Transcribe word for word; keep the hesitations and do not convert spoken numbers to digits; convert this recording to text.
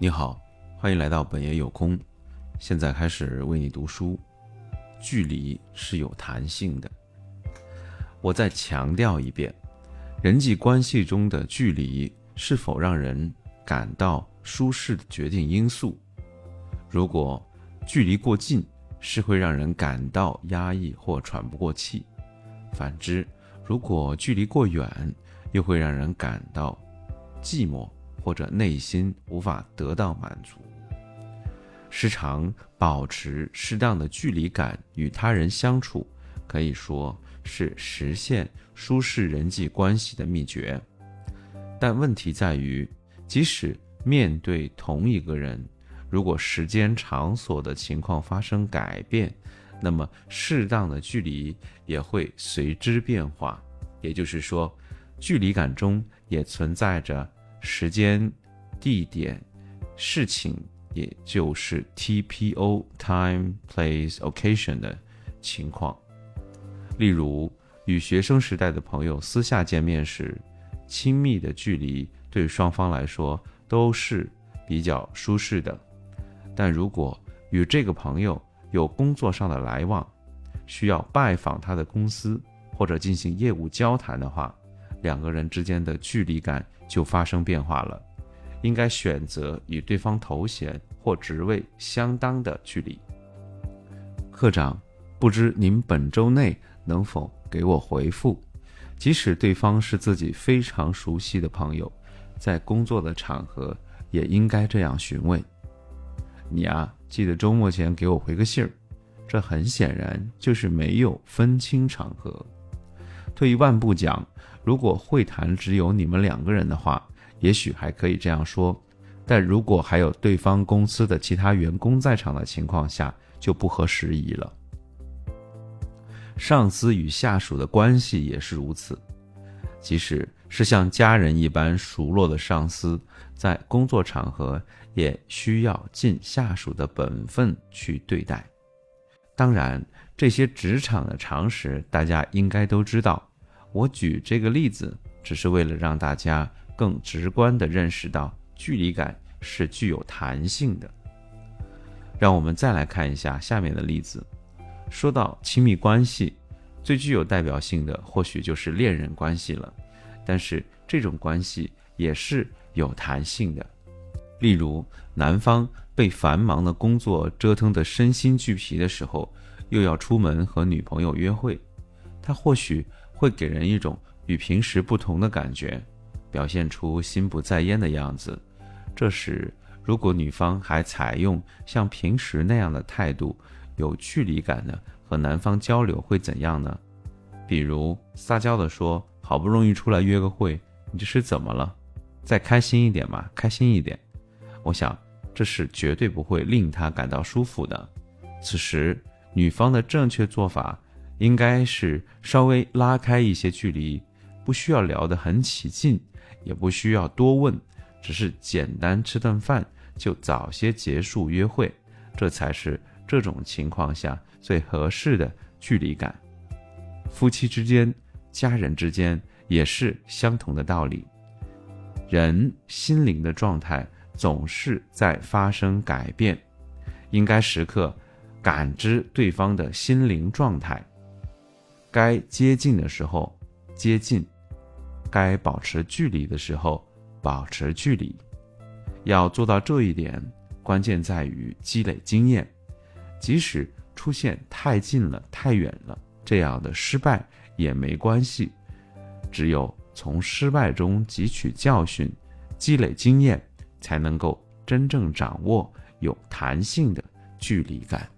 你好，欢迎来到本爷有空。现在开始为你读书。距离是有弹性的。我再强调一遍，人际关系中的距离是否让人感到舒适的决定因素。如果距离过近，是会让人感到压抑或喘不过气；反之，如果距离过远，又会让人感到寂寞或者内心无法得到满足。时常保持适当的距离感与他人相处，可以说是实现舒适人际关系的秘诀。但问题在于，即使面对同一个人，如果时间场所的情况发生改变，那么适当的距离也会随之变化。也就是说，距离感中也存在着时间、地点、事情，也就是 T P O Time, Place, Occasion 的情况。例如，与学生时代的朋友私下见面时，亲密的距离对双方来说都是比较舒适的。但如果与这个朋友有工作上的来往，需要拜访他的公司或者进行业务交谈的话，两个人之间的距离感就发生变化了。应该选择与对方头衔或职位相当的距离。科长，不知您本周内能否给我回复？即使对方是自己非常熟悉的朋友，在工作的场合也应该这样询问。你啊，记得周末前给我回个信儿。这很显然就是没有分清场合。退一万步讲，如果会谈只有你们两个人的话，也许还可以这样说，但如果还有对方公司的其他员工在场的情况下，就不合时宜了。上司与下属的关系也是如此，即使是像家人一般熟络的上司，在工作场合也需要尽下属的本分去对待。当然，这些职场的常识大家应该都知道，我举这个例子只是为了让大家更直观地认识到距离感是具有弹性的。让我们再来看一下下面的例子。说到亲密关系，最具有代表性的或许就是恋人关系了，但是这种关系也是有弹性的。例如，男方被繁忙的工作折腾得身心俱疲的时候，又要出门和女朋友约会，他或许会给人一种与平时不同的感觉，表现出心不在焉的样子。这时，如果女方还采用像平时那样的态度，有距离感的和男方交流会怎样呢？比如撒娇地说，好不容易出来约个会，你这是怎么了？再开心一点嘛，开心一点。我想这是绝对不会令他感到舒服的。此时女方的正确做法应该是稍微拉开一些距离，不需要聊得很起劲，也不需要多问，只是简单吃顿饭就早些结束约会，这才是这种情况下最合适的距离感。夫妻之间、家人之间也是相同的道理。人心灵的状态总是在发生改变，应该时刻感知对方的心灵状态，该接近的时候接近，该保持距离的时候保持距离。要做到这一点，关键在于积累经验。即使出现太近了、太远了这样的失败也没关系，只有从失败中汲取教训，积累经验，才能够真正掌握有弹性的距离感。